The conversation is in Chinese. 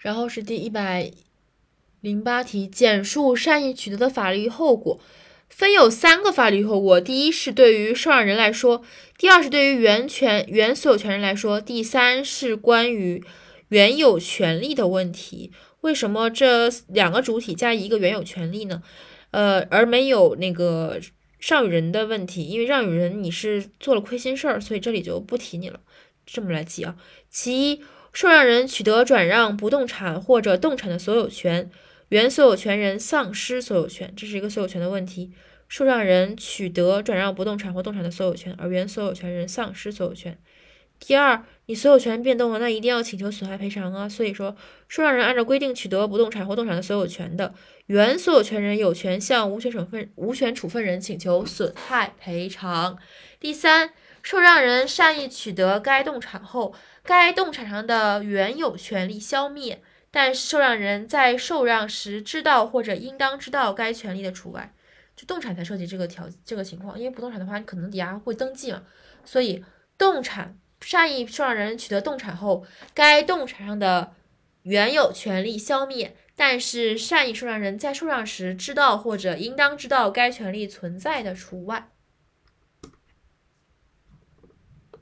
然后是第108题，简述善意取得的法律后果。分有3个法律后果，第一是对于受让人来说，第二是对于原所有权人来说，第三是关于原有权利的问题。为什么这2个主体加一个原有权利呢？而没有那个让与人的问题，因为让与人你是做了亏心事儿，所以这里就不提你了。这么来记啊。其一，受让人取得转让不动产或者动产的所有权，原所有权人丧失所有权，这是一个所有权的问题。受让人取得转让不动产或动产的所有权，而原所有权人丧失所有权。第二，你所有权变动了，那一定要请求损害赔偿啊。所以说，受让人按照规定取得不动产或动产的所有权的，原所有权人有权向无权处分人请求损害赔偿。第三，受让人善意取得该动产后，该动产上的原有权利消灭，但是受让人在受让时知道或者应当知道该权利的除外。就动产才涉及这个情况，因为不动产的话，你可能抵押会登记嘛，所以动产善意受让人取得动产后，该动产上的原有权利消灭，但是善意受让人在受让时知道或者应当知道该权利存在的除外。